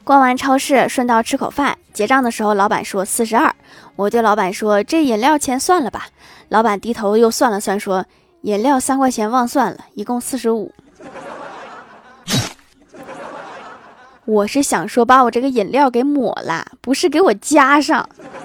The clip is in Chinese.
逛完超市顺道吃口饭，结账的时候老板说42，我对老板说这饮料钱算了吧。老板低头又算了算说饮料3块钱忘算了，一共45。我是想说把我这个饮料给抹了，不是给我加上。